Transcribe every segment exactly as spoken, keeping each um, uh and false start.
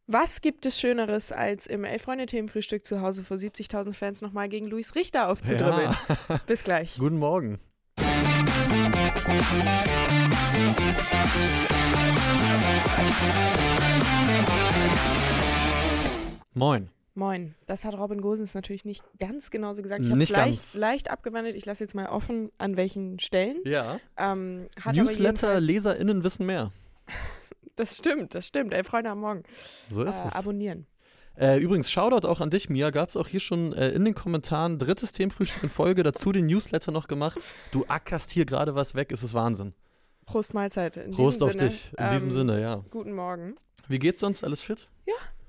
Was gibt es Schöneres, als im Elf-Freunde-Themenfrühstück zu Hause vor siebzigtausend Fans nochmal gegen Luis Richter aufzudribbeln? Ja. Bis gleich. Guten Morgen. Moin. Moin. Das hat Robin Gosens natürlich nicht ganz genauso gesagt. Ich habe es Nicht leicht, ganz. leicht abgewandelt. Ich lasse jetzt mal offen, an welchen Stellen. Ja. Ähm, hat Newsletter, aber jedenfalls- LeserInnen wissen mehr. Das stimmt, das stimmt. Ey, Freunde am Morgen. So ist äh, es. Abonnieren. Äh, übrigens, Shoutout auch an dich, Mia. Gab es auch hier schon äh, in den Kommentaren drittes Themenfrühstück in Folge, dazu den Newsletter noch gemacht. Du ackerst hier gerade was weg, es ist Wahnsinn. Prost Mahlzeit. In Prost diesem auf Sinne, dich, in ähm, diesem Sinne, ja. Guten Morgen. Wie geht's sonst? Alles fit? Ja.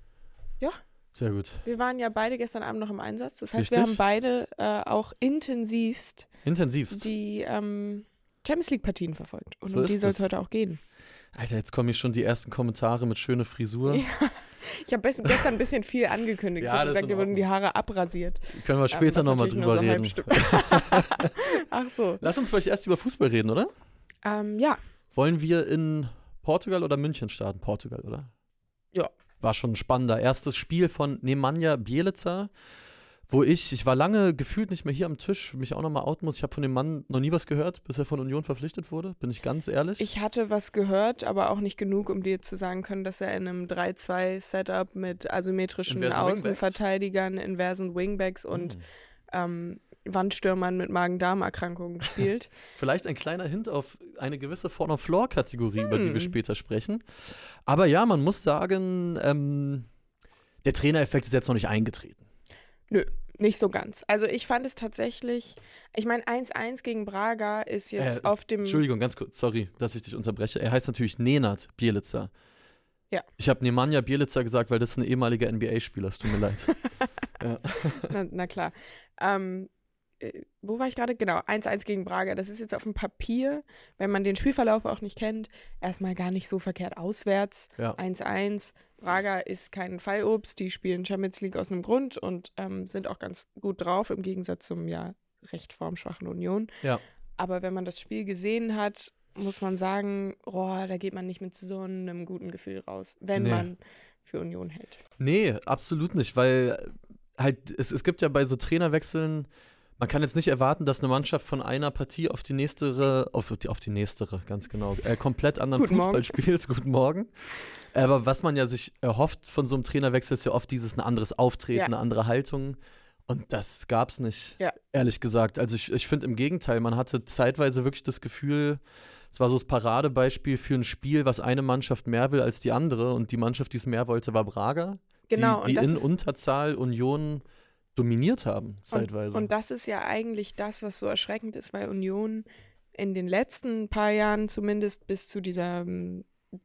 Ja. Sehr gut. Wir waren ja beide gestern Abend noch im Einsatz. Das heißt, Richtig. wir haben beide äh, auch intensivst Intensivst. die ähm, Champions League-Partien verfolgt. Und So um ist die soll es es. heute auch gehen. Alter, jetzt kommen hier schon die ersten Kommentare mit schöner Frisur. Ja. Ich habe gestern ein bisschen viel angekündigt. Ja, ich habe das ist gesagt, in wir wurden Ordnung. die Haare abrasiert. Können wir später Ähm, was nochmal natürlich drüber nur so reden. halb stimmt. Ach so. Lass uns vielleicht erst über Fußball reden, oder? Ähm, ja. Wollen wir in Portugal oder München starten? Portugal, oder? Ja. War schon ein spannender erstes Spiel von Nemanja Bjelica, wo ich, ich war lange gefühlt nicht mehr hier am Tisch, mich auch nochmal outen muss. Ich habe von dem Mann noch nie was gehört, bis er von Union verpflichtet wurde, bin ich ganz ehrlich. Ich hatte was gehört, aber auch nicht genug, um dir zu sagen können, dass er in einem drei zwei Setup mit asymmetrischen Inversen Wingbacks? Außenverteidigern, inversen Wingbacks und Hm. ähm, Wandstürmern mit Magen-Darm-Erkrankungen spielt. Vielleicht ein kleiner Hint auf eine gewisse Form-of-Floor-Kategorie, über die Hm. wir später sprechen. Aber ja, man muss sagen, ähm, der Trainereffekt ist jetzt noch nicht eingetreten. Nö, nicht so ganz. Also ich fand es tatsächlich, ich meine eins eins gegen Braga ist jetzt Äh, auf dem... Entschuldigung, ganz kurz, sorry, dass ich dich unterbreche. Er heißt natürlich Nenad Bjelica. Ja. Ich habe Nemanja Bjelica gesagt, weil das ist ein ehemaliger N B A-Spieler, es tut mir leid. Ja. Na, na klar. Ähm, äh, wo war ich gerade? Genau, eins eins gegen Braga. Das ist jetzt auf dem Papier, wenn man den Spielverlauf auch nicht kennt, erstmal gar nicht so verkehrt auswärts. Ja. eins eins. Braga ist kein Fallobst, die spielen Champions League aus einem Grund und ähm, sind auch ganz gut drauf, im Gegensatz zum ja recht formschwachen Union. Ja. Aber wenn man das Spiel gesehen hat, muss man sagen, oh, da geht man nicht mit so einem guten Gefühl raus, wenn Nee. man für Union hält. Nee, absolut nicht, weil halt, es, es gibt ja bei so Trainerwechseln, man kann jetzt nicht erwarten, dass eine Mannschaft von einer Partie auf die nächste, auf die, auf die nächste, ganz genau, äh, komplett anderen Guten Fußball Morgen. spielt. Guten Morgen. Aber was man ja sich erhofft von so einem Trainerwechsel, ist ja oft dieses ein anderes Auftreten, Ja. eine andere Haltung. Und das gab's nicht, Ja. ehrlich gesagt. Also ich, ich finde im Gegenteil, man hatte zeitweise wirklich das Gefühl, es war so das Paradebeispiel für ein Spiel, was eine Mannschaft mehr will als die andere. Und die Mannschaft, die es mehr wollte, war Braga. Genau, Die, und die das in ist- Unterzahl Union dominiert haben, zeitweise. Und, und das ist ja eigentlich das, was so erschreckend ist, weil Union in den letzten paar Jahren zumindest bis zu dieser ähm,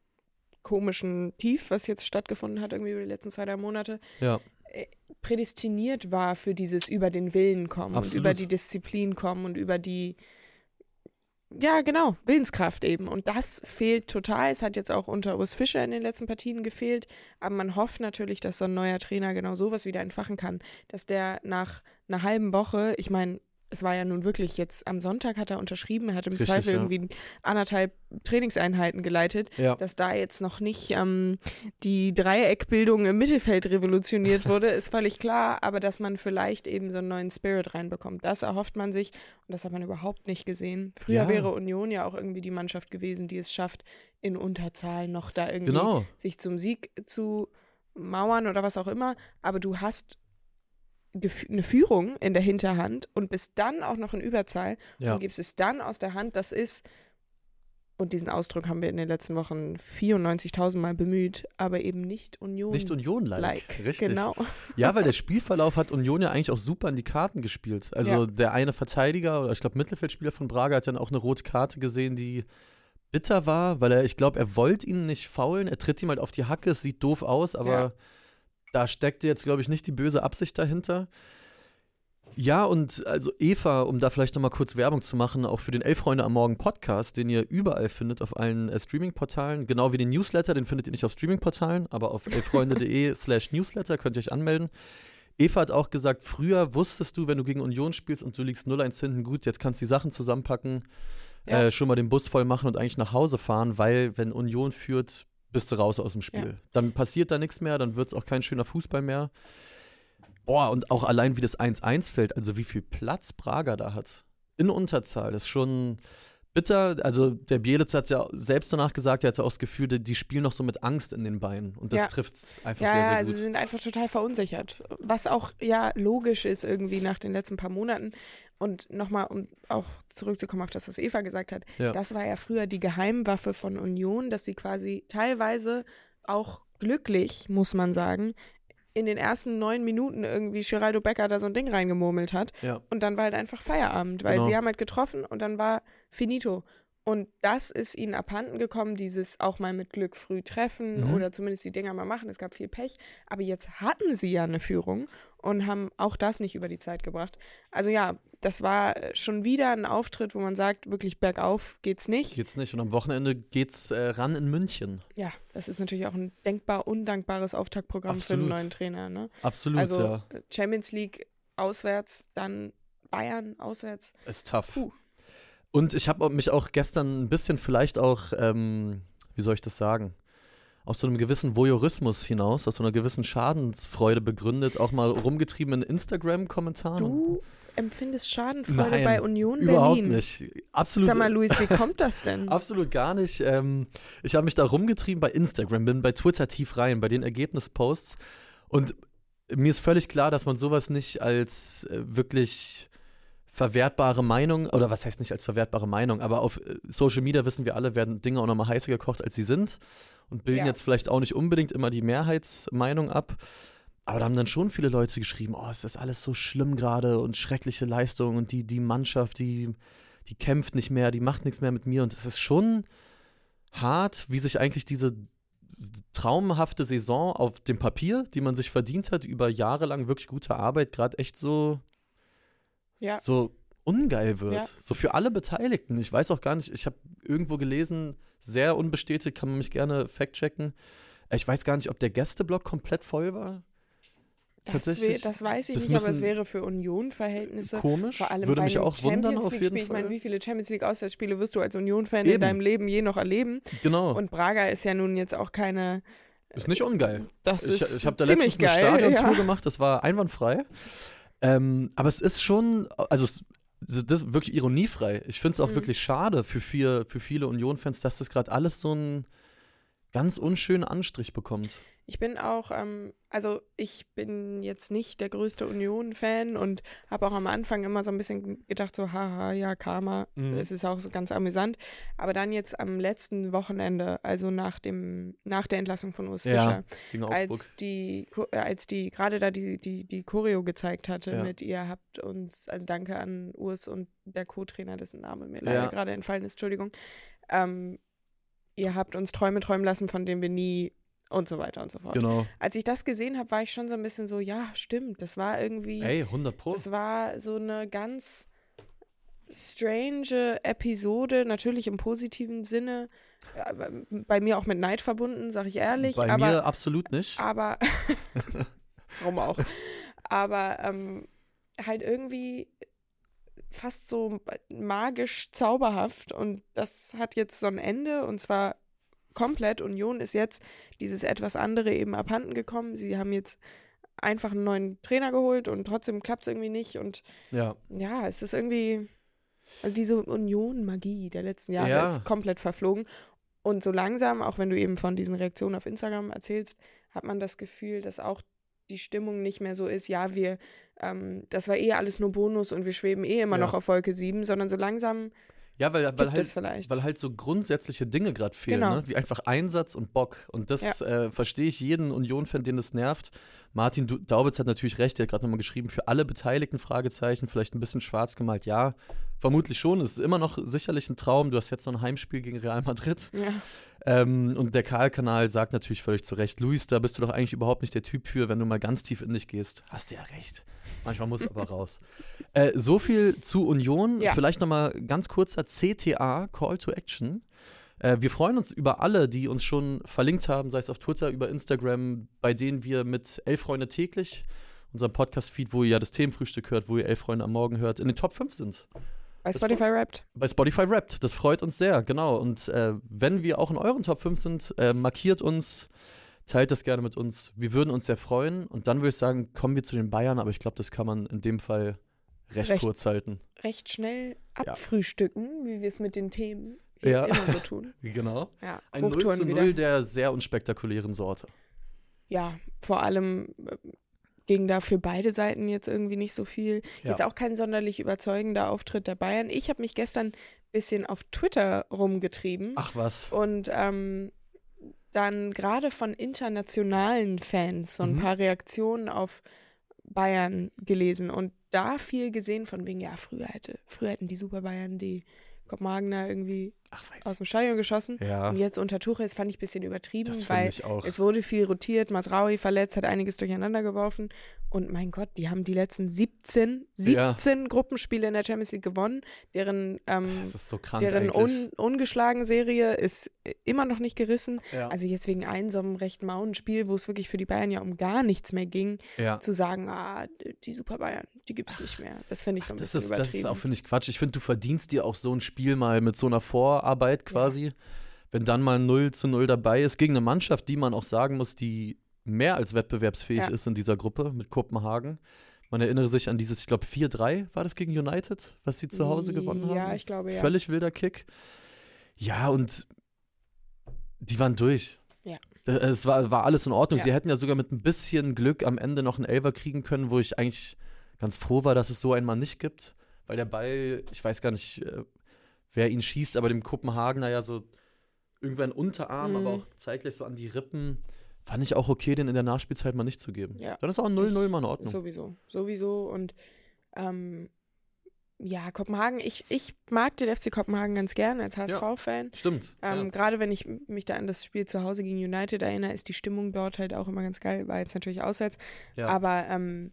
komischen Tief, was jetzt stattgefunden hat, irgendwie über die letzten zwei, drei Monate, ja. äh, prädestiniert war für dieses über den Willen kommen Absolut. und über die Disziplin kommen und über die, ja genau, Willenskraft eben. Und das fehlt total. Es hat jetzt auch unter Urs Fischer in den letzten Partien gefehlt, aber man hofft natürlich, dass so ein neuer Trainer genau sowas wieder entfachen kann, dass der nach einer halben Woche, ich meine, es war ja nun wirklich jetzt, am Sonntag hat er unterschrieben, er hat im Richtig, Zweifel ja. irgendwie anderthalb Trainingseinheiten geleitet, Ja. dass da jetzt noch nicht ähm, die Dreieckbildung im Mittelfeld revolutioniert wurde, ist völlig klar, aber dass man vielleicht eben so einen neuen Spirit reinbekommt, das erhofft man sich und das hat man überhaupt nicht gesehen. Früher Ja. wäre Union ja auch irgendwie die Mannschaft gewesen, die es schafft, in Unterzahl noch da irgendwie Genau. sich zum Sieg zu mauern oder was auch immer, aber du hast gef- eine Führung in der Hinterhand und bist dann auch noch in Überzahl Ja. und gibst es dann aus der Hand. Das ist, und diesen Ausdruck haben wir in den letzten Wochen vierundneunzigtausend Mal bemüht, aber eben nicht Union. Nicht Union-like. like. Richtig. Genau. Ja, weil der Spielverlauf hat Union ja eigentlich auch super in die Karten gespielt. Also Ja. der eine Verteidiger, oder ich glaube Mittelfeldspieler von Braga, hat dann auch eine rote Karte gesehen, die bitter war, weil er, ich glaube, er wollte ihn nicht faulen. Er tritt ihm halt auf die Hacke, es sieht doof aus, aber Ja. da steckte jetzt, glaube ich, nicht die böse Absicht dahinter. Ja, und also Eva, um da vielleicht nochmal kurz Werbung zu machen, auch für den Elf-Freunde am Morgen Podcast, den ihr überall findet auf allen äh, Streaming-Portalen, genau wie den Newsletter, den findet ihr nicht auf Streaming-Portalen, aber auf elffreunde.de slash Newsletter könnt ihr euch anmelden. Eva hat auch gesagt, früher wusstest du, wenn du gegen Union spielst und du liegst null eins hinten, gut, jetzt kannst du die Sachen zusammenpacken, Ja. äh, schon mal den Bus voll machen und eigentlich nach Hause fahren, weil wenn Union führt, bist du raus aus dem Spiel. Ja. Dann passiert da nichts mehr, dann wird es auch kein schöner Fußball mehr. Boah, und auch allein, wie das eins eins fällt, also wie viel Platz Braga da hat. In Unterzahl, das ist schon bitter. Also der Bjelic hat ja selbst danach gesagt, er hatte auch das Gefühl, die, die spielen noch so mit Angst in den Beinen. Und das Ja. trifft es einfach Ja, sehr, sehr ja, gut. also sie sind einfach total verunsichert. Was auch ja logisch ist irgendwie nach den letzten paar Monaten. Und nochmal, um auch zurückzukommen auf das, was Eva gesagt hat, Ja. das war ja früher die Geheimwaffe von Union, dass sie quasi teilweise auch glücklich, muss man sagen, in den ersten neun Minuten irgendwie Geraldo Becker da so ein Ding reingemurmelt hat. Ja. Und dann war halt einfach Feierabend, weil Genau. sie haben halt getroffen und dann war finito. Und das ist ihnen abhanden gekommen, dieses auch mal mit Glück früh treffen Mhm. oder zumindest die Dinger mal machen. Es gab viel Pech. Aber jetzt hatten sie ja eine Führung und haben auch das nicht über die Zeit gebracht. Also ja, das war schon wieder ein Auftritt, wo man sagt, wirklich bergauf geht's nicht. Geht's nicht. Und am Wochenende geht's äh, ran in München. Ja, das ist natürlich auch ein denkbar undankbares Auftaktprogramm für einen Absolut. neuen Trainer. Ne? Absolut, Also ja. Champions League auswärts, dann Bayern auswärts. Ist tough. Puh. Und ich habe mich auch gestern ein bisschen vielleicht auch, ähm, wie soll ich das sagen, aus so einem gewissen Voyeurismus hinaus, aus so einer gewissen Schadensfreude begründet, auch mal rumgetrieben in Instagram-Kommentaren. Du empfindest Schadenfreude Nein, bei Union Überhaupt Berlin. nicht. Absolut. Sag mal, Luis, wie kommt das denn? Absolut gar nicht. Ähm, ich habe mich da rumgetrieben bei Instagram, bin bei Twitter tief rein, bei den Ergebnisposts. Und mir ist völlig klar, dass man sowas nicht als äh, wirklich verwertbare Meinung, oder was heißt nicht als verwertbare Meinung, aber auf äh, Social Media wissen wir alle, werden Dinge auch nochmal heißer gekocht, als sie sind und bilden Ja. jetzt vielleicht auch nicht unbedingt immer die Mehrheitsmeinung ab. Aber da haben dann schon viele Leute geschrieben, oh, ist das alles so schlimm gerade und schreckliche Leistung und die, die Mannschaft, die, die kämpft nicht mehr, die macht nichts mehr mit mir. Und es ist schon hart, wie sich eigentlich diese traumhafte Saison auf dem Papier, die man sich verdient hat, über Jahre lang wirklich gute Arbeit, gerade echt so, Ja. so ungeil wird. Ja. So für alle Beteiligten. Ich weiß auch gar nicht, ich habe irgendwo gelesen, sehr unbestätigt, kann man mich gerne fact-checken. Ich weiß gar nicht, ob der Gästeblock komplett voll war. Das, Tatsächlich? we- das weiß ich Das nicht, aber es müssen- wäre für Union-Verhältnisse Komisch. vor allem Würde bei mich einem auch wundern Champions auf League jeden Spiel. Ich meine, Fall. wie viele Champions League Auswärtsspiele wirst du als Union-Fan in Eben. deinem Leben je noch erleben? Genau. Und Braga ist ja nun jetzt auch keine. Ist nicht ungeil. Das Ich, ist ich habe da ziemlich letztens eine geil. Stadiontour Ja. gemacht, das war einwandfrei. Ähm, aber es ist schon, also es, das ist wirklich ironiefrei. Ich finde es auch Mhm. wirklich schade für, vier, für viele Union-Fans, dass das gerade alles so einen ganz unschönen Anstrich bekommt. Ich bin auch, ähm, also ich bin jetzt nicht der größte Union-Fan und habe auch am Anfang immer so ein bisschen gedacht, so haha, ja, Karma, Mhm. es ist auch so ganz amüsant. Aber dann jetzt am letzten Wochenende, also nach dem, nach der Entlassung von Urs Ja, Fischer, gegen Augsburg. als die, Cho- äh, als die gerade da die, die, die Choreo gezeigt hatte Ja. mit ihr habt uns, also danke an Urs und der Co-Trainer, dessen Name mir leider Ja. gerade entfallen ist, Entschuldigung, ähm, ihr habt uns Träume träumen lassen, von denen wir nie und so weiter und so fort. Genau. Als ich das gesehen habe, war ich schon so ein bisschen so, ja, stimmt, das war irgendwie, Ey, hundert Pro. das war so eine ganz strange Episode, natürlich im positiven Sinne, ja, bei mir auch mit Neid verbunden, sag ich ehrlich, Bei aber mir absolut nicht. aber, warum auch? Aber ähm, halt irgendwie fast so magisch zauberhaft und das hat jetzt so ein Ende und zwar komplett. Union ist jetzt dieses etwas andere eben abhanden gekommen. Sie haben jetzt einfach einen neuen Trainer geholt und trotzdem klappt es irgendwie nicht und Ja. ja, es ist irgendwie, also diese Union-Magie der letzten Jahre Ja. ist komplett verflogen. Und so langsam, auch wenn du eben von diesen Reaktionen auf Instagram erzählst, hat man das Gefühl, dass auch die Stimmung nicht mehr so ist, ja, wir, ähm, das war eh alles nur Bonus und wir schweben eh immer Ja. noch auf Wolke sieben, sondern so langsam Ja, weil, weil, gibt halt, es vielleicht. weil halt so grundsätzliche Dinge gerade fehlen, Genau. ne? Wie einfach Einsatz und Bock. Und das äh, verstehe ich jeden Union-Fan, den das nervt. Martin Du- Daubitz hat natürlich recht, der hat gerade nochmal geschrieben, für alle Beteiligten Fragezeichen, vielleicht ein bisschen schwarz gemalt. Ja, vermutlich schon. Es ist immer noch sicherlich ein Traum. Du hast jetzt noch ein Heimspiel gegen Real Madrid. ja. Ähm, und der Karl-Kanal sagt natürlich völlig zu Recht, Luis, da bist du doch eigentlich überhaupt nicht der Typ für, wenn du mal ganz tief in dich gehst. Hast du ja recht. Manchmal muss aber raus. Äh, so viel zu Union. Ja. Vielleicht nochmal ganz kurzer C T A, Call to Action. Äh, wir freuen uns über alle, die uns schon verlinkt haben, sei es auf Twitter, über Instagram, bei denen wir mit Elf Freunde täglich, unserem Podcast-Feed, wo ihr ja das Themenfrühstück hört, wo ihr Elf Freunde am Morgen hört, in den Top fünf sind. Bei Spotify Wrapped. Bei Spotify Wrapped, das freut uns sehr, genau. Und äh, wenn wir auch in euren Top fünf sind, äh, markiert uns, teilt das gerne mit uns. Wir würden uns sehr freuen. Und dann würde ich sagen, kommen wir zu den Bayern, aber ich glaube, das kann man in dem Fall recht, recht kurz halten. Recht schnell abfrühstücken, ja. Wie wir es mit den Themen hier ja. immer so tun. Genau. Ja, ein null zu null der sehr unspektakulären Sorte. Ja, vor allem äh, ging da für beide Seiten jetzt irgendwie nicht so viel. Ja. Jetzt auch kein sonderlich überzeugender Auftritt der Bayern. Ich habe mich gestern ein bisschen auf Twitter rumgetrieben. Ach was. Und ähm, dann gerade von internationalen Fans so ein mhm. paar Reaktionen auf Bayern gelesen und da viel gesehen von wegen, ja, früher, hätte, früher hätten die Super Bayern die Kopenhagener irgendwie Ach, aus dem Stadion geschossen. Ja. Und jetzt unter Tuchel, das fand ich ein bisschen übertrieben, das weil ich auch. Es wurde viel rotiert, Masraoui verletzt, hat einiges durcheinander geworfen. Und mein Gott, die haben die letzten siebzehn, siebzehn ja. Gruppenspiele in der Champions League gewonnen. Deren, ähm, das ist so krank deren un, ungeschlagen Serie ist immer noch nicht gerissen. Ja. Also jetzt wegen einem so einem recht mauen Spiel, wo es wirklich für die Bayern ja um gar nichts mehr ging, ja. zu sagen, ah, die Super Bayern, die gibt es nicht mehr. Das finde ich so ein Ach, das bisschen ist, übertrieben. Das ist auch, finde ich, Quatsch. Ich finde, du verdienst dir auch so ein Spiel mal mit so einer Vorarbeit quasi. Ja. Wenn dann mal null zu null dabei ist, gegen eine Mannschaft, die man auch sagen muss, die mehr als wettbewerbsfähig ja. ist in dieser Gruppe mit Kopenhagen. Man erinnere sich an dieses, ich glaube, vier drei war das gegen United, was sie zu Hause gewonnen haben. Ja, ich glaube, ja. Völlig wilder Kick. Ja, und die waren durch. Ja. Es war, war alles in Ordnung. Ja. Sie hätten ja sogar mit ein bisschen Glück am Ende noch einen Elfer kriegen können, wo ich eigentlich ganz froh war, dass es so einen Mann nicht gibt. Weil der Ball, ich weiß gar nicht, wer ihn schießt, aber dem Kopenhagener ja so irgendwann Unterarm, mhm. aber auch zeitgleich so an die Rippen. Fand ich auch okay, den in der Nachspielzeit mal nicht zu geben. Ja. Dann ist auch ein null null mal in Ordnung. Sowieso, sowieso. Und ähm, ja, Kopenhagen, ich, ich mag den F C Kopenhagen ganz gern als H S V-Fan. Ja, stimmt. Ähm, ja. Gerade wenn ich mich da an das Spiel zu Hause gegen United erinnere, ist die Stimmung dort halt auch immer ganz geil. War jetzt natürlich auswärts. Ja. Aber ähm,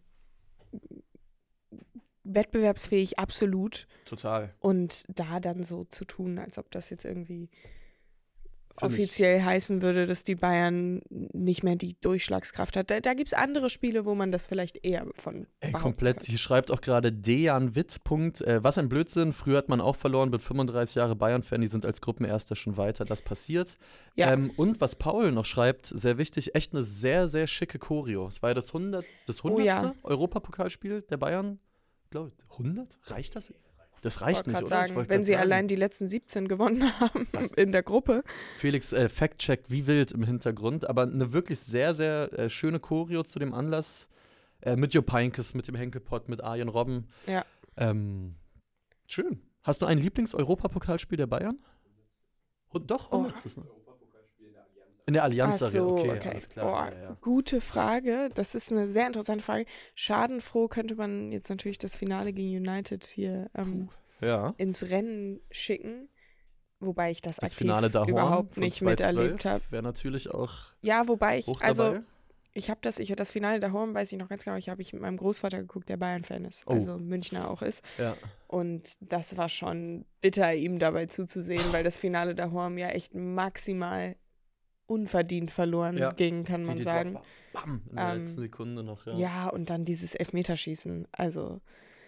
wettbewerbsfähig absolut. Total. Und da dann so zu tun, als ob das jetzt irgendwie Find offiziell ich. heißen würde, dass die Bayern nicht mehr die Durchschlagskraft hat. Da, da gibt es andere Spiele, wo man das vielleicht eher von Ey, komplett. Kann. Hier schreibt auch gerade Dejan Witt. Punkt, äh, was ein Blödsinn. Früher hat man auch verloren, wird fünfunddreißig Jahre Bayern-Fan, die sind als Gruppenerster schon weiter. Das passiert. Ja. Ähm, und was Paul noch schreibt, sehr wichtig, echt eine sehr, sehr schicke Choreo. Es war ja das, hundert, das hundertste oh, ja. Europapokalspiel der Bayern. Ich glaube, hundert? Reicht das? Das reicht nicht, oder? Sagen, wenn sie sagen. allein die letzten siebzehn gewonnen haben Was? in der Gruppe. Felix äh, fact-checkt wie wild im Hintergrund, aber eine wirklich sehr, sehr äh, schöne Choreo zu dem Anlass. Äh, mit Jo Peinkes, mit dem Henkelpott, mit Arjen Robben. Ja. Ähm, schön. Hast du ein Lieblings-Europapokalspiel der Bayern? Und doch, hundertstes. Oh. Ne? In der Allianz Arena, so, okay, okay, alles klar. Oh, ja, ja. Gute Frage. Das ist eine sehr interessante Frage. Schadenfroh könnte man jetzt natürlich das Finale gegen United hier ähm, ja. ins Rennen schicken. Wobei ich das, das aktiv Finale da überhaupt nicht miterlebt habe. Wäre natürlich auch. Ja, wobei ich, hoch also dabei. ich habe das, ich das Finale da Horn, weiß ich noch ganz genau, ich habe ich mit meinem Großvater geguckt, der Bayern-Fan ist, oh. also Münchner auch ist. Ja. Und das war schon bitter, ihm dabei zuzusehen, weil das Finale da Horn ja echt maximal unverdient verloren ja. ging, kann man die, die sagen. Drop, bam, in der ähm, letzten Sekunde noch, ja. Ja, und dann dieses Elfmeterschießen. Also,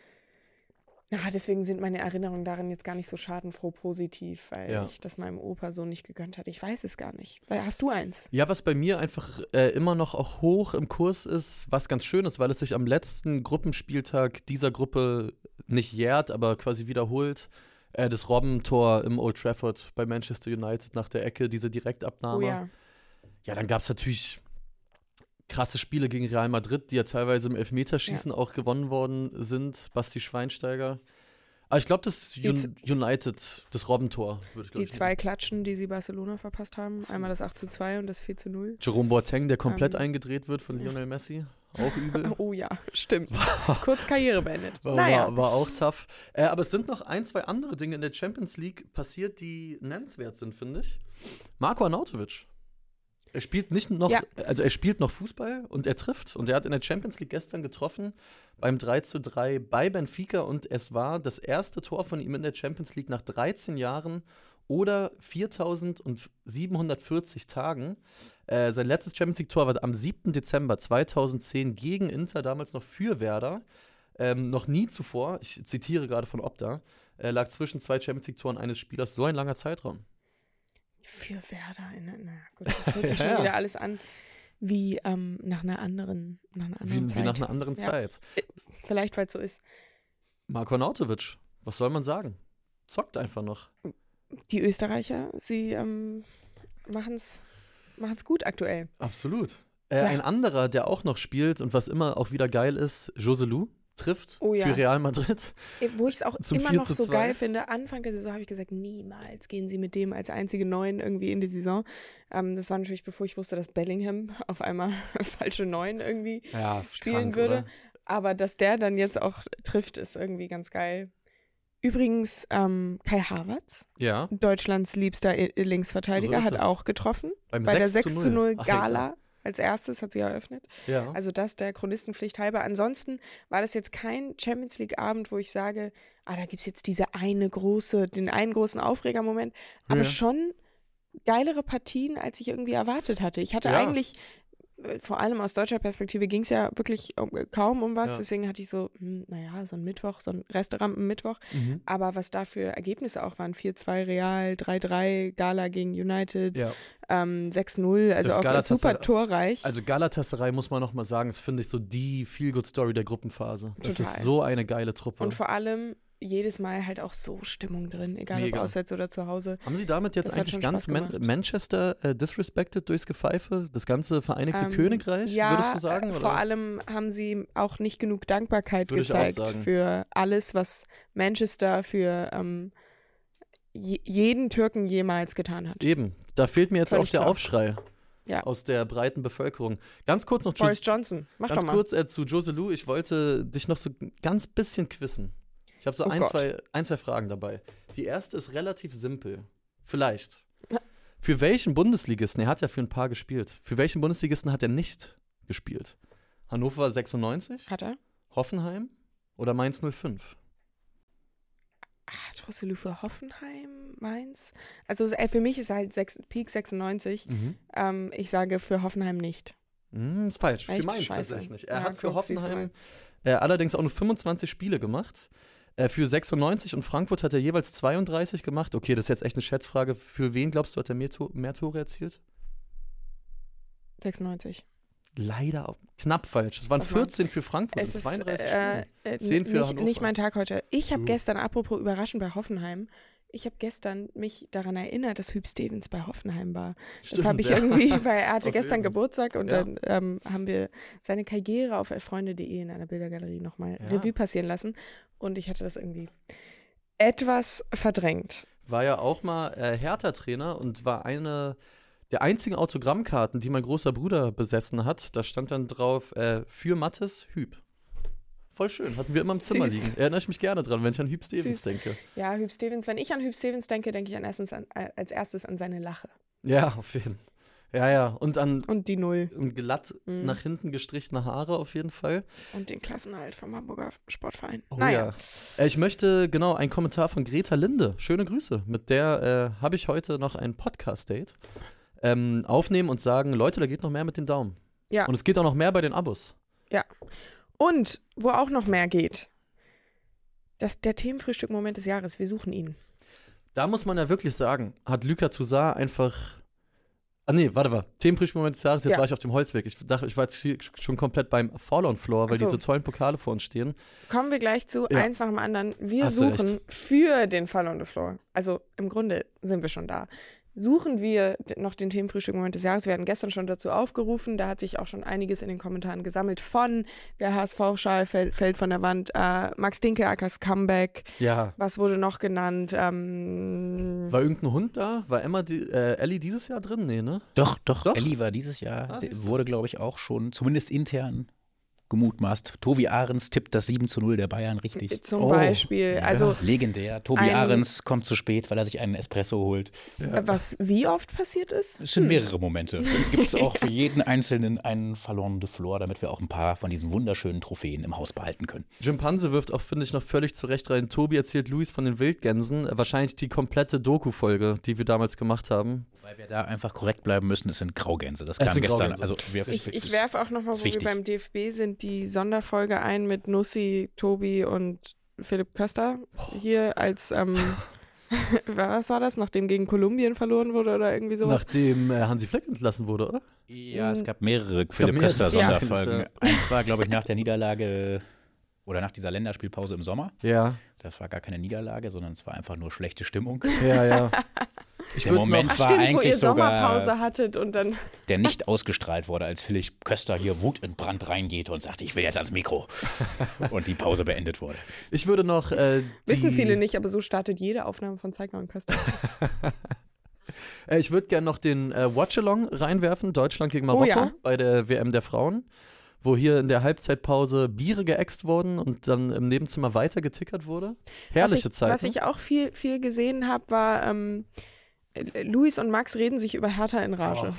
na, deswegen sind meine Erinnerungen daran jetzt gar nicht so schadenfroh positiv, weil ja. ich das meinem Opa so nicht gegönnt hatte. Ich weiß es gar nicht. Hast du eins? Ja, was bei mir einfach äh, immer noch auch hoch im Kurs ist, was ganz schön ist, weil es sich am letzten Gruppenspieltag dieser Gruppe nicht jährt, aber quasi wiederholt. Äh, das Robben-Tor im Old Trafford bei Manchester United nach der Ecke, diese Direktabnahme. Oh ja. Ja, dann gab es natürlich krasse Spiele gegen Real Madrid, die ja teilweise im Elfmeterschießen ja. auch gewonnen worden sind. Basti Schweinsteiger. Aber ich glaube, das Un- United, das Robben-Tor, würde ich glaube Die zwei nehmen. Klatschen, die sie Barcelona verpasst haben. Einmal das acht zu zwei und das vier zu null. Jerome Boateng, der komplett ähm, eingedreht wird von Lionel Messi. Auch übel. Oh ja, stimmt. Kurz Karriere beendet. War, naja. war, war auch tough. Äh, aber es sind noch ein, zwei andere Dinge in der Champions League passiert, die nennenswert sind, finde ich. Marko Arnautovic. Er spielt nicht noch, ja. also er spielt noch Fußball und er trifft. Und er hat in der Champions League gestern getroffen beim drei zu drei bei Benfica. Und es war das erste Tor von ihm in der Champions League nach dreizehn Jahren oder viertausendsiebenhundertvierzig Tagen. Äh, sein letztes Champions League-Tor war am siebten Dezember zweitausendzehn gegen Inter, damals noch für Werder. Ähm, noch nie zuvor, ich zitiere gerade von Opta, äh, lag zwischen zwei Champions League-Toren eines Spielers so ein langer Zeitraum. Für Werder, naja, gut, das hört sich ja, schon ja. wieder alles an wie ähm, nach einer anderen, nach einer anderen Wie, Zeit. wie nach einer anderen Ja. Zeit. Vielleicht, weil es so ist. Marko Arnautovic, was soll man sagen? Zockt einfach noch. Die Österreicher, sie ähm, machen es gut aktuell. Absolut. Äh, Ja. Ein anderer, der auch noch spielt und was immer auch wieder geil ist, Joselu trifft Oh ja. für Real Madrid. Wo ich es auch Zum immer vier noch zu so zwei. geil finde, Anfang der Saison habe ich gesagt, niemals gehen sie mit dem als einzige Neun irgendwie in die Saison. Ähm, das war natürlich, bevor ich wusste, dass Bellingham auf einmal falsche Neun irgendwie Ja, ist spielen krank, würde. oder? Aber dass der dann jetzt auch trifft, ist irgendwie ganz geil. Übrigens, ähm, Kai Havertz, Ja, Deutschlands liebster I- Linksverteidiger, So ist hat es. auch getroffen. beim Bei der sechs sechs zu null Alter. Gala als erstes hat sie eröffnet. Ja. Also das der Chronistenpflicht halber. Ansonsten war das jetzt kein Champions League-Abend, wo ich sage, ah, da gibt es jetzt diese eine große, den einen großen Aufregermoment. Aber Ja. schon geilere Partien, als ich irgendwie erwartet hatte. Ich hatte Ja. eigentlich, äh, vor allem aus deutscher Perspektive, ging es ja wirklich um, kaum um was. Ja. Deswegen hatte ich so, hm, naja, so ein Mittwoch, so ein Restaurant-Mittwoch. Mhm. Aber was da für Ergebnisse auch waren, vier zwei Real, drei drei, Gala gegen United, ja. ähm, sechs null, also Das auch Galatasaray- super torreich. Also Galatasaray muss man noch mal sagen, ist, finde ich, so die Feel-Good-Story der Gruppenphase. Das Total. ist so eine geile Truppe. Und vor allem jedes Mal halt auch so Stimmung drin, egal Mega. ob auswärts oder zu Hause. Haben Sie damit jetzt Das hat eigentlich schon ganz Spaß Man gemacht. Manchester äh, disrespected durchs Gepfeife? Das ganze Vereinigte Ähm, Königreich, ja, würdest du sagen? äh, Oder? vor allem haben sie auch nicht genug Dankbarkeit Würde ich auch gezeigt sagen. für alles, was Manchester für ähm, je jeden Türken jemals getan hat. Eben, da fehlt mir jetzt Völlig auch der klar. Aufschrei Ja. aus der breiten Bevölkerung. Ganz kurz noch, Boris Johnson, mach ganz doch mal. kurz äh, zu Joselu. Ich wollte dich noch so ein ganz bisschen quizzen. Ich habe so Oh ein, Gott. zwei, ein, zwei Fragen dabei. Die erste ist relativ simpel. Vielleicht. Für welchen Bundesligisten, er hat ja für ein paar gespielt, für welchen Bundesligisten hat er nicht gespielt? Hannover sechsundneunzig, Hat er? Hoffenheim oder Mainz null fünf? Ah, Trosselu für Hoffenheim, Mainz. Also äh, für mich ist halt sechs, Peak sechsundneunzig. Mhm. Ähm, ich sage für Hoffenheim nicht. Hm, ist falsch. Echt? Für Mainz Scheiße. tatsächlich nicht. Er Ja, hat für guck, siehst du Hoffenheim äh, allerdings auch nur fünfundzwanzig Spiele gemacht. Äh, für sechsundneunzig und Frankfurt hat er jeweils zweiunddreißig gemacht. Okay, das ist jetzt echt eine Schätzfrage. Für wen glaubst du, hat er mehr, To- mehr Tore erzielt? sechsundneunzig. Leider auch knapp falsch. Es waren Sag mal. vierzehn für Frankfurt Es und ist zweiunddreißig äh, Spiele. äh, zehn für nicht, Hannover. nicht mein Tag heute. Ich habe Uh. gestern, apropos überraschend bei Hoffenheim, ich habe gestern mich daran erinnert, dass Hüb Stevens bei Hoffenheim war. Das Stimmt, habe ich ja. irgendwie, weil er hatte Auf gestern jeden. Geburtstag und Ja. dann ähm, haben wir seine Karriere auf elfreunde punkt de in einer Bildergalerie nochmal Ja. Revue passieren lassen und ich hatte das irgendwie etwas verdrängt. War ja auch mal äh, Hertha-Trainer und war eine der einzigen Autogrammkarten, die mein großer Bruder besessen hat. Da stand dann drauf, äh, für Mattes Hüb. Voll schön, hatten wir immer im Zimmer Süß. liegen. Erinnere ich mich gerne dran, wenn ich an Hüb Stevens Süß. denke. Ja, Hüb Stevens, wenn ich an Hüb Stevens denke, denke ich an erstens an, äh, als erstes an seine Lache Ja, auf jeden Fall. Ja, ja. Und an und die Null und glatt Mhm. nach hinten gestrichene Haare auf jeden Fall. und den Klassenerhalt vom Hamburger Sportverein. Oh naja. ja. Äh, ich möchte, genau, einen Kommentar von Greta Linde. Schöne Grüße. Mit der äh, habe ich heute noch ein Podcast-Date ähm, aufnehmen und sagen, Leute, da geht noch mehr mit den Daumen. Ja. Und es geht auch noch mehr bei den Abos. Und wo auch noch mehr geht, das, der Themenfrühstück-Moment des Jahres, wir suchen ihn. Da muss man ja wirklich sagen, hat Luka Toussaint einfach. Ah nee, warte mal. Themenfrühstück-Moment des Jahres, jetzt Ja. war ich auf dem Holzweg. Ich dachte, ich war jetzt viel- schon komplett beim Fall on Floor, weil Ach so. diese tollen Pokale vor uns stehen. Kommen wir gleich zu, Ja. eins nach dem anderen. Wir Hast du suchen für den Fall on the Floor, also im Grunde sind wir schon da, suchen wir d- noch den Themenfrühstück-Moment des Jahres. Wir hatten gestern schon dazu aufgerufen, da hat sich auch schon einiges in den Kommentaren gesammelt von der H S V-Schal fällt, fällt von der Wand, äh, Max Dinkeackers Comeback, Ja. was wurde noch genannt? Ähm, War irgendein Hund da? War Emma die, äh, Ellie dieses Jahr drin? Nee, ne? Doch, doch, Doch? Ellie war dieses Jahr, Ah, der siehst du. wurde, glaube ich, auch schon, zumindest intern gemutmaßt. Tobi Ahrens tippt das sieben zu null der Bayern richtig. zum Oh, Beispiel, ja. also Legendär. Tobi ein- Ahrens kommt zu spät, weil er sich einen Espresso holt. äh, was wie oft passiert ist? Es sind mehrere Momente. Gibt es auch für jeden Einzelnen einen Fallon de Flor, damit wir auch ein paar von diesen wunderschönen Trophäen im Haus behalten können. Jimpanse wirft auch, finde ich, noch völlig zu Recht rein. Tobi erzählt Luis von den Wildgänsen. Äh, Wahrscheinlich die komplette Doku-Folge, die wir damals gemacht haben. Weil wir da einfach korrekt bleiben müssen, es sind Graugänse. Das Es kam sind gestern. Graugänse. Also wir, Ich, das ich werfe auch nochmal, ist wo wir wichtig. beim D F B sind, die Sonderfolge ein mit Nussi, Tobi und Philipp Köster hier als, ähm, was war das, nachdem gegen Kolumbien verloren wurde oder irgendwie sowas? Nachdem äh, Hansi Flick entlassen wurde, oder? Ja, es gab mehrere gab Philipp mehrere. Köster-Sonderfolgen. Ja. Eins war, glaube ich, nach der Niederlage oder nach dieser Länderspielpause im Sommer. Ja, Das war gar keine Niederlage, sondern es war einfach nur schlechte Stimmung. ja, ja. Ich Der würd Moment noch, Ach war stimmt, wo eigentlich ihr sogar- Sommerpause hattet und dann Der nicht ausgestrahlt wurde, als Philipp Köster hier wutentbrannt reingeht und sagt, ich will jetzt ans Mikro. Und die Pause beendet wurde. ich würde noch äh, die, wissen viele nicht, aber so startet jede Aufnahme von Zeig mal und Köster. Äh, ich würde gerne noch den äh, Watch-Along reinwerfen, Deutschland gegen Oh Marokko ja. bei der W M der Frauen, wo hier in der Halbzeitpause Biere geäxt wurden und dann im Nebenzimmer weiter getickert wurde. Herrliche was ich, Zeit. Was ich auch viel, viel gesehen habe, war ähm, Luis und Max reden sich über Hertha in Rage.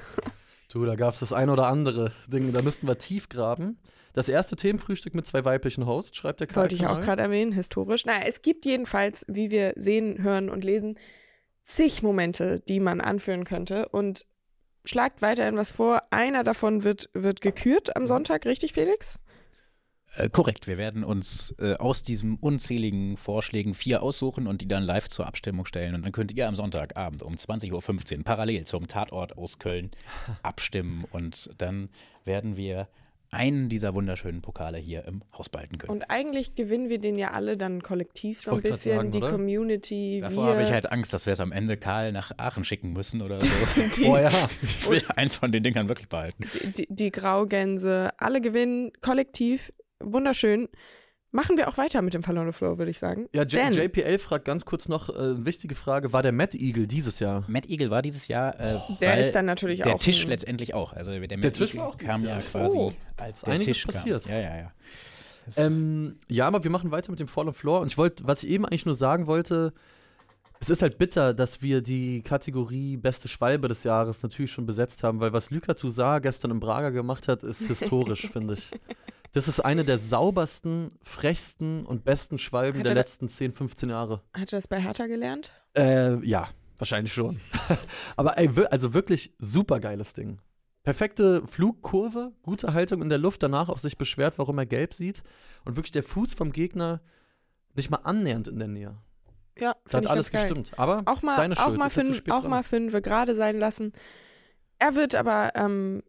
Du, da gab es das ein oder andere Ding, da müssten wir tief graben. Das erste Themenfrühstück mit zwei weiblichen Hosts, schreibt der Kai. Wollte ich auch gerade erwähnen, historisch. Naja, es gibt jedenfalls, wie wir sehen, hören und lesen, zig Momente, die man anführen könnte. Und schlagt weiterhin was vor. Einer davon wird, wird gekürt am Sonntag, richtig, Felix? Äh, korrekt, wir werden uns äh, aus diesen unzähligen Vorschlägen vier aussuchen und die dann live zur Abstimmung stellen. Und dann könnt ihr am Sonntagabend um zwanzig Uhr fünfzehn parallel zum Tatort aus Köln abstimmen. Und dann werden wir einen dieser wunderschönen Pokale hier im Haus behalten können. Und eigentlich gewinnen wir den ja alle dann kollektiv so ein wollte grad bisschen, sagen, die oder? Community, Davor wir. habe ich halt Angst, dass wir es am Ende Karl nach Aachen schicken müssen oder so. Oh ja. Ich will eins von den Dingern wirklich behalten. die, die Graugänse, alle gewinnen, kollektiv, wunderschön. Machen wir auch weiter mit dem Verlorene Flow, würde ich sagen. Ja, J- Denn- J P L fragt ganz kurz noch, äh, wichtige Frage, war der Mad Eagle dieses Jahr? Matt Eagle war dieses Jahr, äh, Der weil ist dann natürlich der auch Tisch ein- letztendlich auch. Also der, Matt Der Tisch Eagle war auch dieses kam ja Jahr. quasi, Oh. als Ist der einiges Tisch passiert. kam. Ja, ja, ja. Das- Ähm, ja, aber wir machen weiter mit dem Fall of Floor. Und ich wollte, was ich eben eigentlich nur sagen wollte, es ist halt bitter, dass wir die Kategorie Beste Schwalbe des Jahres natürlich schon besetzt haben, weil was Luka Toussaint gestern im Braga gemacht hat, ist historisch, finde ich. Das ist eine der saubersten, frechsten und besten Schwalben Hat der er da- letzten zehn, fünfzehn Jahre. Hat er das bei Hertha gelernt? Äh, ja, wahrscheinlich schon. Aber ey, wir- also wirklich super geiles Ding. Perfekte Flugkurve, gute Haltung in der Luft, danach auch sich beschwert, warum er gelb sieht. Und wirklich der Fuß vom Gegner nicht mal annähernd in der Nähe. Ja, Da finde hat ich alles ganz geil. gestimmt. Aber Auch mal, seine auch Schuld. mal, ist ja zu fünf, spät auch dran. mal fünf gerade sein lassen. Er wird aber ähm,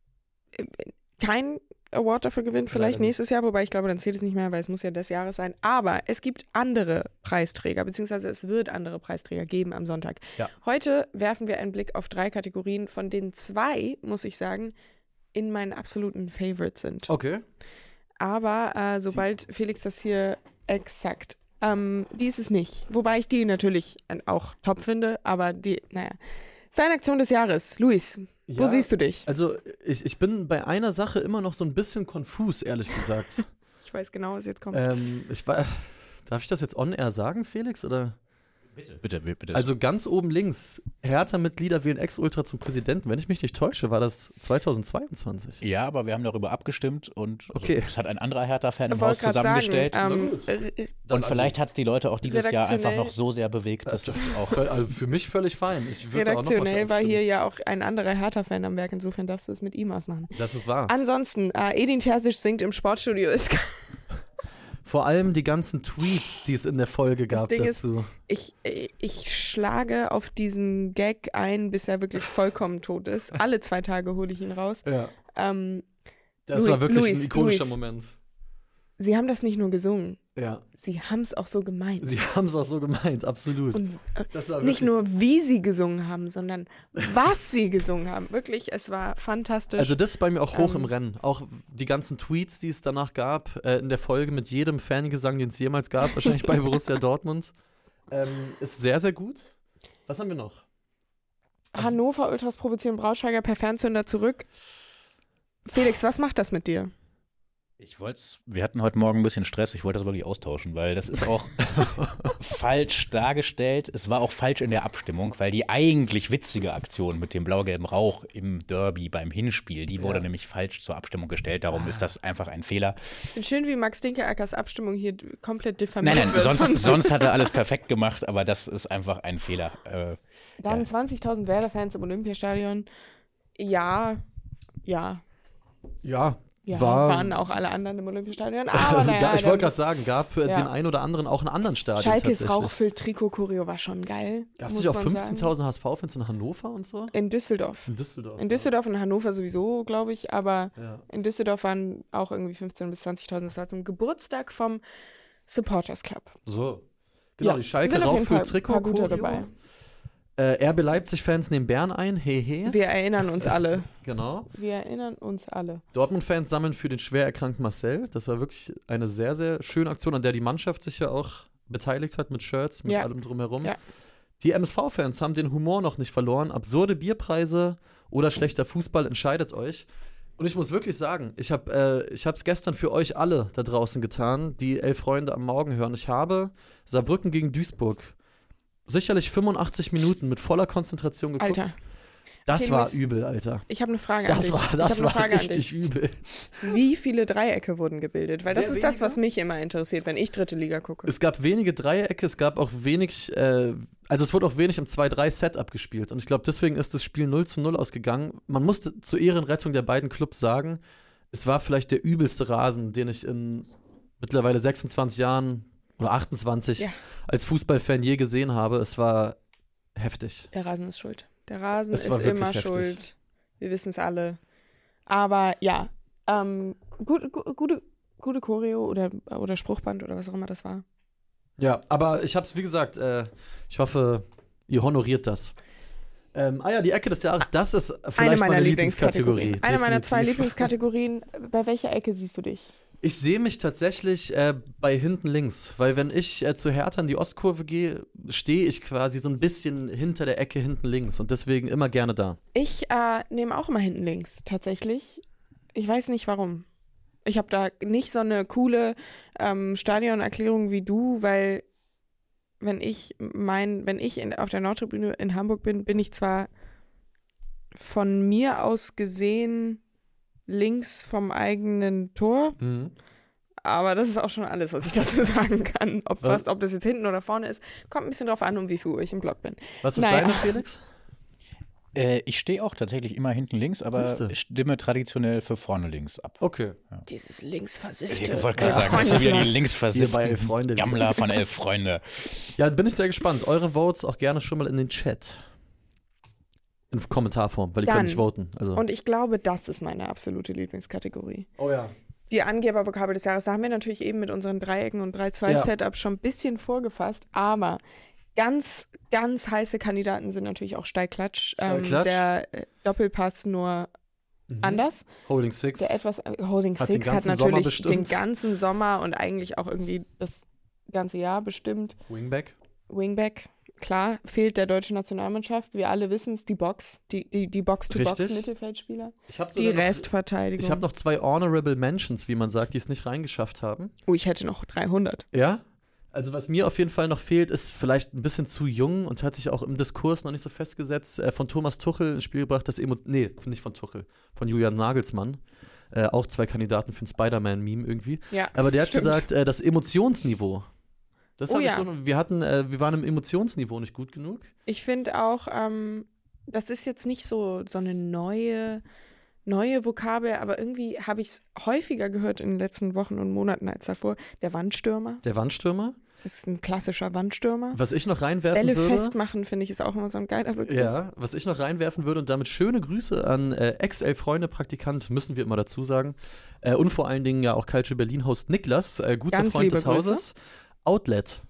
kein Award dafür gewinnen, vielleicht Leider nicht. nächstes Jahr, wobei ich glaube, dann zählt es nicht mehr, weil es muss ja des Jahres sein. Aber es gibt andere Preisträger, beziehungsweise es wird andere Preisträger geben am Sonntag. Ja. Heute werfen wir einen Blick auf drei Kategorien, von denen zwei, muss ich sagen, in meinen absoluten Favorites sind. Okay. Aber äh, sobald Felix das hier exakt, ähm, die ist es nicht. Wobei ich die natürlich auch top finde, aber die, naja. Fanaktion des Jahres, Luis, wo Ja, siehst du dich? Also, ich, ich bin bei einer Sache immer noch so ein bisschen konfus, ehrlich gesagt. Ich weiß genau, was jetzt kommt. ähm, ich war, darf ich das jetzt on-air sagen, Felix? Oder? Bitte, bitte, bitte. Also ganz oben links, Hertha-Mitglieder wählen Ex-Ultra zum Präsidenten. Wenn ich mich nicht täusche, war das zweitausendzweiundzwanzig. ja, aber wir haben darüber abgestimmt und also, Okay. das hat ein anderer Hertha-Fan im Ich Haus wollte gerade zusammengestellt. sagen, ähm, Na gut. äh, Dann und also- vielleicht hat es die Leute auch dieses Jahr einfach redaktionell- noch so sehr bewegt, dass es auch. Völl- also für mich völlig fein. Ich würde da auch noch mal für redaktionell war abstimmen. hier ja auch ein anderer Hertha-Fan am Werk, insofern darfst du es mit ihm ausmachen. Das ist wahr. Ansonsten, äh, Edin Terzic singt im Sportstudio. Ist, Vor allem die ganzen Tweets, die es in der Folge Das gab Ding ist- dazu. ich, ich schlage auf diesen Gag ein, bis er wirklich vollkommen tot ist. Alle zwei Tage hole ich ihn raus. Ja. Ähm, Das Louis- war wirklich Louis- ein ikonischer Louis. Moment. sie haben das nicht nur gesungen, Ja. sie haben es auch so gemeint. Sie haben es auch so gemeint, absolut. Und äh, das war nicht wirklich- nur, wie sie gesungen haben, sondern was sie gesungen haben. Wirklich, es war fantastisch. Also das ist bei mir auch hoch Ähm, im Rennen. Auch die ganzen Tweets, die es danach gab, äh, in der Folge mit jedem Fangesang, den es jemals gab, wahrscheinlich bei Borussia Dortmund, ähm, ist sehr, sehr gut. Was haben wir noch? Hannover Ultras provozieren Braunschweiger per Fernzünder zurück. Felix, was macht das mit dir? Ich wollte wir hatten heute Morgen ein bisschen Stress, ich wollte das wirklich austauschen, weil das ist auch falsch dargestellt. Es war auch falsch in der Abstimmung, weil die eigentlich witzige Aktion mit dem blau-gelben Rauch im Derby beim Hinspiel, die wurde Ja. nämlich falsch zur Abstimmung gestellt. Darum ist das einfach ein Fehler. Ich finde schön, wie Max Dinkerackers Abstimmung hier komplett diffamiert Nein, nein, wird. sonst, sonst hat er alles perfekt gemacht, aber das ist einfach ein Fehler. Äh, Dann ja. zwanzigtausend Werder-Fans im Olympiastadion. Ja, ja, Ja, Ja, War- waren auch alle anderen im Olympiastadion. Aber naja, Ja, ich da wollte gerade muss- sagen, gab äh, Ja. den einen oder anderen auch in anderen Stadien Schalkes tatsächlich. Rauchfüllt-Trikot-Choreo war schon geil. Gab es muss nicht auch man sagen. fünfzehntausend H S V-Fans in Hannover und so? In Düsseldorf. In Düsseldorf. In Düsseldorf und in Hannover sowieso, glaube ich, aber Ja. in Düsseldorf waren auch irgendwie fünfzehntausend bis zwanzigtausend. Das war zum Geburtstag vom Supporters Club. So. Genau, Ja, die Schalke sind auf jeden Fall Rauchfüllt-Trikot. ein paar gute dabei. Äh, R B Leipzig-Fans nehmen Bern ein. Hehe. Wir erinnern uns alle. Genau. Wir erinnern uns alle. Dortmund-Fans sammeln für den schwer erkrankten Marcel. Das war wirklich eine sehr, sehr schöne Aktion, an der die Mannschaft sich ja auch beteiligt hat mit Shirts, mit Ja. allem drumherum. Ja. Die M S V-Fans haben den Humor noch nicht verloren. Absurde Bierpreise oder schlechter Fußball, entscheidet euch. Und ich muss wirklich sagen, ich habe äh, ich habe es gestern für euch alle da draußen getan, die Elf Freunde am Morgen hören. Ich habe Saarbrücken gegen Duisburg sicherlich fünfundachtzig Minuten mit voller Konzentration geguckt. Alter, Das Okay, war was- übel, Alter. ich habe eine Frage an Das dich. war, ich das habe eine war Frage an richtig dich. übel. Wie viele Dreiecke wurden gebildet? Weil das Sehr ist das, wenige. was mich immer interessiert, wenn ich dritte Liga gucke. Es gab wenige Dreiecke, es gab auch wenig, äh, also es wurde auch wenig im zwei drei Setup gespielt. Und ich glaube, deswegen ist das Spiel null zu null ausgegangen. Man musste zur Ehrenrettung der beiden Clubs sagen, es war vielleicht der übelste Rasen, den ich in mittlerweile sechsundzwanzig Jahren oder achtundzwanzig Ja. als Fußballfan je gesehen habe. Es war heftig. Der Rasen ist schuld. Der Rasen Es war ist wirklich immer heftig. schuld. Wir wissen es alle. Aber ja, ähm, gut, gu- gute, gute Choreo oder, oder Spruchband oder was auch immer das war. Ja, aber ich habe es, wie gesagt, äh, ich hoffe, ihr honoriert das. Ähm, ah ja, die Ecke des Jahres, das ist vielleicht Eine meiner meine Lieblingskategorien. Lieblingskategorie. Eine meiner zwei definitiv. Lieblingskategorien. Bei welcher Ecke siehst du dich? Ich sehe mich tatsächlich äh, bei hinten links, weil wenn ich äh, zu Hertha in die Ostkurve gehe, stehe ich quasi so ein bisschen hinter der Ecke hinten links und deswegen immer gerne da. Ich äh, nehme auch immer hinten links, tatsächlich. Ich weiß nicht warum. Ich habe da nicht so eine coole ähm, Stadionerklärung wie du, weil wenn ich mein, wenn ich in, auf der Nordtribüne in Hamburg bin, bin ich zwar von mir aus gesehen links vom eigenen Tor, aber das ist auch schon alles, was ich dazu sagen kann. Ob, Was? was, ob das jetzt hinten oder vorne ist, kommt ein bisschen drauf an, um wie viel Uhr ich im Block bin. Was ist Naja. deine, Felix? Äh, ich stehe auch tatsächlich immer hinten links, aber Siehste. stimme traditionell für vorne links ab. Okay. Dieses linksversiffte. Ich wollte gerade sagen, das sind wieder die Ihr bei linksversifften Elf Freunde. Gammler von Elf Freunde. Ja, bin ich sehr gespannt. Eure Votes auch gerne schon mal in den Chat. In Kommentarform, weil ihr Dann. könnt nicht voten. Also. Und ich glaube, das ist meine absolute Lieblingskategorie. oh ja. Die Angebervokabel des Jahres, da haben wir natürlich eben mit unseren Dreiecken und drei zwei Setup schon ein bisschen vorgefasst, aber ganz, ganz heiße Kandidaten sind natürlich auch Steilklatsch. Ähm, Steilklatsch. der äh, Doppelpass nur Mhm. anders. Holding Six. Der etwas, äh, Holding Hat den Six hat ganzen Sommer natürlich bestimmt. den ganzen Sommer und eigentlich auch irgendwie das ganze Jahr bestimmt. Wingback. Wingback, klar, fehlt der deutschen Nationalmannschaft. Wir alle wissen es, die Box, die, die, die Box-to-Box Richtig. Mittelfeldspieler. Ich habe Die noch, Restverteidigung. ich hab noch zwei Honorable Mentions, wie man sagt, die es nicht reingeschafft haben. Oh, ich hätte noch dreihundert. Ja? Also was mir auf jeden Fall noch fehlt, ist vielleicht ein bisschen zu jung und hat sich auch im Diskurs noch nicht so festgesetzt, äh, von Thomas Tuchel ins Spiel gebracht, das Emo nee, nicht von Tuchel, von Julian Nagelsmann. Äh, auch zwei Kandidaten für ein Spider-Man-Meme irgendwie. Ja, Aber der hat stimmt. gesagt, äh, das Emotionsniveau. Das Oh hab ich ja. so, wir hatten, äh, wir waren im Emotionsniveau nicht gut genug. Ich finde auch, ähm, das ist jetzt nicht so, so eine neue, neue Vokabel, aber irgendwie habe ich es häufiger gehört in den letzten Wochen und Monaten als davor. Der Wandstürmer Der Wandstürmer. ist ein klassischer Wandstürmer. Was ich noch reinwerfen Bälle würde. festmachen, finde ich, ist auch immer so ein geiler Begriff. Ja, was ich noch reinwerfen würde und damit schöne Grüße an äh, Ex-Elf-Freunde-Praktikant, müssen wir immer dazu sagen. Äh, und vor allen Dingen ja auch Culture Berlin-Host Niklas, äh, guter Ganz Freund liebe des Hauses. Outlet.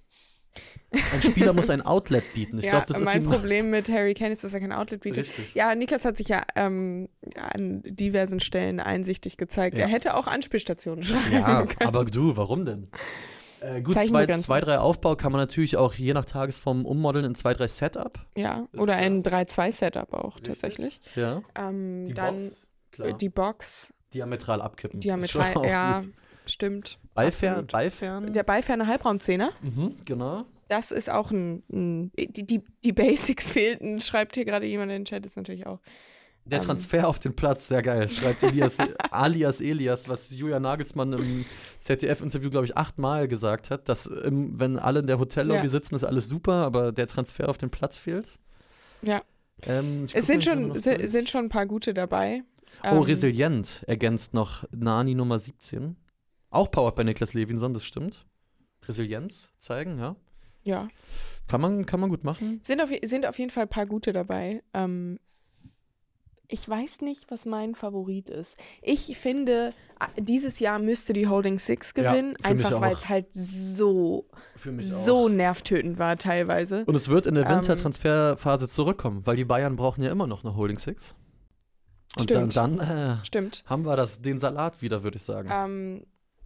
Ein Spieler muss ein Outlet bieten. Ich ja, glaube, das ist mein ihm Problem mit Harry Kane ist, dass er kein Outlet bietet. richtig. Ja, Niklas hat sich ja ähm, an diversen Stellen einsichtig gezeigt. Ja. Er hätte auch Anspielstationen schreiben Ja, können. aber du, warum denn? Äh, gut, Zeichen zwei, begrenzen. zwei, drei Aufbau kann man natürlich auch je nach Tagesform ummodeln in zwei, drei Setup. Ja, Ist oder klar. ein drei zwei Setup auch Richtig. tatsächlich. Ja. Ähm, Die dann Box, äh, klar. die Box, diametral abkippen. diametral, Ist schon auch ja, gut. stimmt. Ballfern, absolut. Ballfern. Der ballferne Halbraumzehner, Mhm, genau. das ist auch ein, ein die, die, die Basics fehlten, schreibt hier gerade jemand in den Chat, ist natürlich auch. Der Ähm. Transfer auf den Platz, sehr geil. Schreibt Elias, alias Elias, was Julian Nagelsmann im Z D F-Interview, glaube ich, achtmal gesagt hat, dass ähm, wenn alle in der Hotellobby Ja. sitzen, ist alles super, aber der Transfer auf den Platz fehlt. Ja. Ähm, ich Es guck sind mir mal schon, noch si- durch. sind schon ein paar gute dabei. Oh, Ähm, resilient ergänzt noch Nani Nummer siebzehn. Auch powered bei Niklas Levinson, das stimmt. Resilienz zeigen, ja. Ja. Kann man, kann man gut machen. Sind auf, sind auf jeden Fall ein paar gute dabei. Ähm, ich weiß nicht, was mein Favorit ist. Ich finde, dieses Jahr müsste die Holding Six gewinnen, Ja, für mich einfach weil auch. es halt so, Für mich so auch. nervtötend war teilweise. Und es wird in der Ähm, Wintertransferphase zurückkommen, weil die Bayern brauchen ja immer noch eine Holding Six. Und Stimmt. dann, dann äh, Stimmt. haben wir das, den Salat wieder, würde ich sagen. Ähm,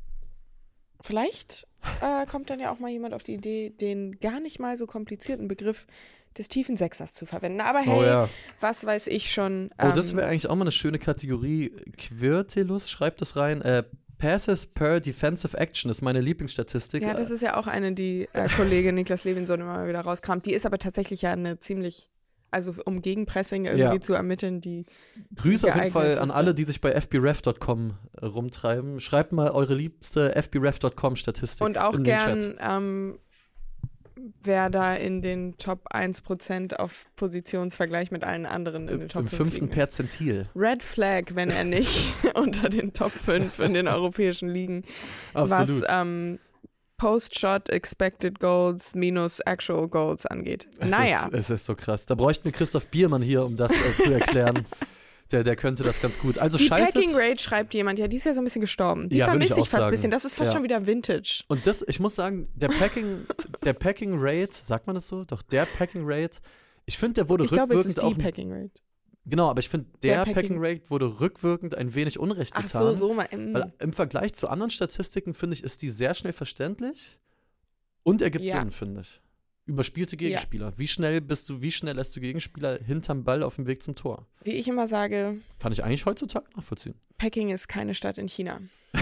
vielleicht äh, kommt dann ja auch mal jemand auf die Idee, den gar nicht mal so komplizierten Begriff des tiefen Sechsers zu verwenden. Aber hey, oh ja. was weiß ich schon. Oh, das ähm, wäre eigentlich auch mal eine schöne Kategorie. Quirtelus schreibt das rein. Äh, Passes per Defensive Action ist meine Lieblingsstatistik. Ja, das ist ja auch eine, die äh, Kollege Niklas Levinson immer mal wieder rauskramt. Die ist aber tatsächlich ja eine ziemlich, also um Gegenpressing irgendwie Ja. zu ermitteln, die Grüße auf jeden Fall an geeigneteste. alle, die sich bei f b ref punkt com äh, rumtreiben. Schreibt mal eure liebste f b ref punkt com Statistik und auch in den Chat. gern, ähm, wer da in den Top eins Prozent auf Positionsvergleich mit allen anderen in den Top Im fünf fünften liegen ist. Perzentil. Red Flag, wenn er nicht unter den Top fünf in den europäischen Ligen, Absolut. was ähm, Post-Shot Expected Goals minus Actual Goals angeht. Es Naja. Ist, es ist so krass. Da bräuchten wir Christoph Biermann hier, um das äh, zu erklären. Der, der könnte das ganz gut. Also Die schaltet. Packing Rate schreibt jemand, ja, die ist ja so ein bisschen gestorben. Die Ja, würd ich vermisse ich auch fast ein sagen. bisschen. Das ist fast Ja. schon wieder Vintage. Und das, ich muss sagen, der Packing, der Packing Rate, sagt man das so? Doch, der Packing Rate, ich finde, der wurde Ich glaube, rückwirkend es ist die auch. Packing Rate. Genau, aber ich finde, Der der, Packing- Packing Rate wurde rückwirkend ein wenig Unrecht Ach getan. so, so mal. mm. Weil im Vergleich zu anderen Statistiken, finde ich, ist die sehr schnell verständlich und ergibt Ja. Sinn, finde ich. Überspielte Gegenspieler. Wie schnell bist du, wie schnell lässt du Gegenspieler hinterm Ball auf dem Weg zum Tor? Wie ich immer sage, Kann ich eigentlich heutzutage nachvollziehen. Peking ist keine Stadt in China.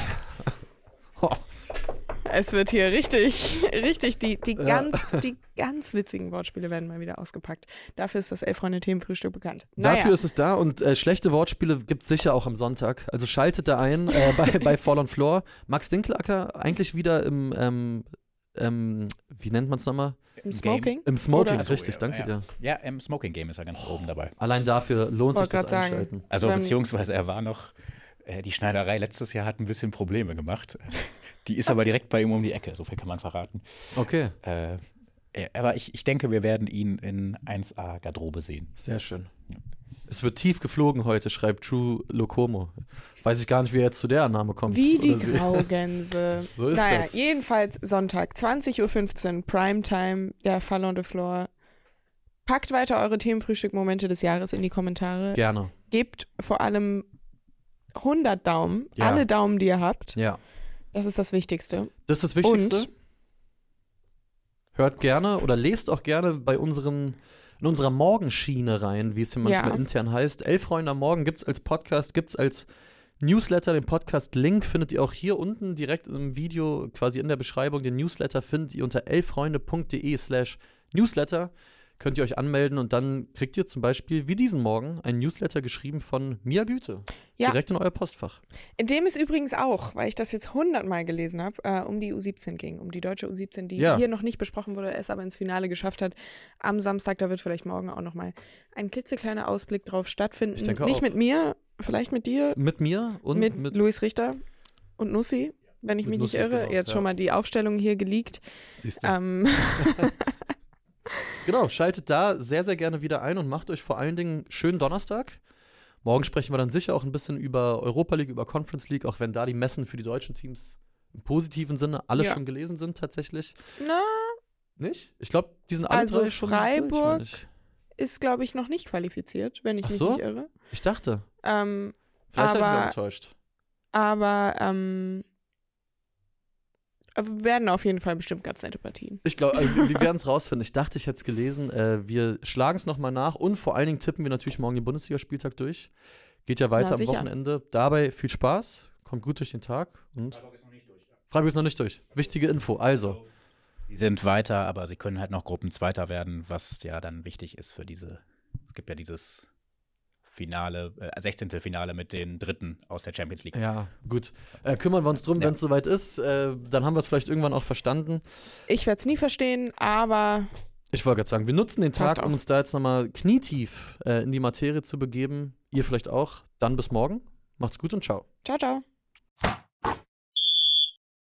Oh. Es wird hier richtig, richtig, die, die, Ja. ganz, die ganz witzigen Wortspiele werden mal wieder ausgepackt. Dafür ist das Elf-Freunde-Themenfrühstück bekannt. Naja. Dafür ist es da und äh, schlechte Wortspiele gibt es sicher auch am Sonntag. Also schaltet da ein äh, bei, bei Fall on Floor. Max Dinklacker eigentlich wieder im, ähm, ähm, wie nennt man es nochmal? Im Smoking? Im Smoking, Oder- Also, richtig, ja, danke ja. dir. Ja, im Smoking Game ist er ganz oben dabei. Allein dafür lohnt sich Wollte das grad sagen. Einschalten. Also Dann- beziehungsweise er war noch, äh, die Schneiderei letztes Jahr hat ein bisschen Probleme gemacht. Die ist aber direkt bei ihm um die Ecke, so viel kann man verraten. Okay, Äh, äh, aber ich, ich denke, wir werden ihn in eins A Garderobe sehen. sehr schön. Es wird tief geflogen heute, schreibt True Locomo. Weiß ich gar nicht, wie er jetzt zu der Annahme kommt. Wie die Oder sie. Graugänse. So ist naja, das. jedenfalls Sonntag, zwanzig Uhr fünfzehn, Primetime, der Fall on the Floor. Packt weiter eure Themenfrühstück-Momente des Jahres in die Kommentare. Gerne. Gebt vor allem hundert Daumen, Ja. alle Daumen, die ihr habt. Ja. Das ist das Wichtigste. Das ist das Wichtigste. Und? Hört gerne oder lest auch gerne bei unseren, in unserer Morgenschiene rein, wie es hier manchmal Ja. intern heißt. Elf Freunde am Morgen gibt es als Podcast, gibt es als Newsletter. Den Podcast-Link findet ihr auch hier unten direkt im Video, quasi in der Beschreibung. Den Newsletter findet ihr unter elffreunde.de slash Newsletter. Könnt ihr euch anmelden und dann kriegt ihr zum Beispiel wie diesen Morgen ein Newsletter geschrieben von Mia Güte. Ja. Direkt in euer Postfach. In dem es übrigens auch, weil ich das jetzt hundertmal gelesen habe, äh, um die U siebzehn ging, um die deutsche U siebzehn, die Ja. hier noch nicht besprochen wurde, es aber ins Finale geschafft hat. Am Samstag, da wird vielleicht morgen auch nochmal ein klitzekleiner Ausblick drauf stattfinden. Ich denke nicht auch. mit mir, vielleicht mit dir, Mit mir und mit, mit, Luis Richter und Nussi, wenn ich Mit mich Nussi, nicht irre. genau, Jetzt ja. schon mal die Aufstellung hier geleakt. siehst du. Ähm, Genau, schaltet da sehr, sehr gerne wieder ein und macht euch vor allen Dingen schönen Donnerstag. Morgen sprechen wir dann sicher auch ein bisschen über Europa League, über Conference League, auch wenn da die Messen für die deutschen Teams im positiven Sinne alle Ja. schon gelesen sind tatsächlich. na, Nicht? Ich glaube, die sind alle Also drei schon durch, Freiburg- meine ich. ist, glaube ich, noch nicht qualifiziert, wenn ich Ach mich so? nicht irre. Ich dachte, Ähm, vielleicht habe ich mich Aber- auch enttäuscht. aber ähm, werden auf jeden Fall bestimmt ganz nette Partien. Ich glaube, also, wir, wir werden es rausfinden. Ich dachte, ich hätte es gelesen. Äh, wir schlagen es nochmal nach und vor allen Dingen tippen wir natürlich morgen den Bundesligaspieltag durch. Geht ja weiter Na, am sicher. Wochenende. Dabei viel Spaß, kommt gut durch den Tag und Freiburg ist noch nicht durch. Wichtige Info. Also, Sie sind weiter, aber sie können halt noch Gruppenzweiter werden, was ja dann wichtig ist für diese, es gibt ja dieses Finale, äh, Sechzehntelfinale mit den Dritten aus der Champions League. ja, gut. Äh, kümmern wir uns drum, Ja. wenn es soweit ist. Äh, dann haben wir es vielleicht irgendwann auch verstanden. Ich werde es nie verstehen, aber Ich wollte gerade sagen, wir nutzen den Passt Tag, auch. um uns da jetzt nochmal knietief äh, in die Materie zu begeben. Ihr vielleicht auch. Dann bis morgen. Macht's gut und ciao. Ciao, ciao.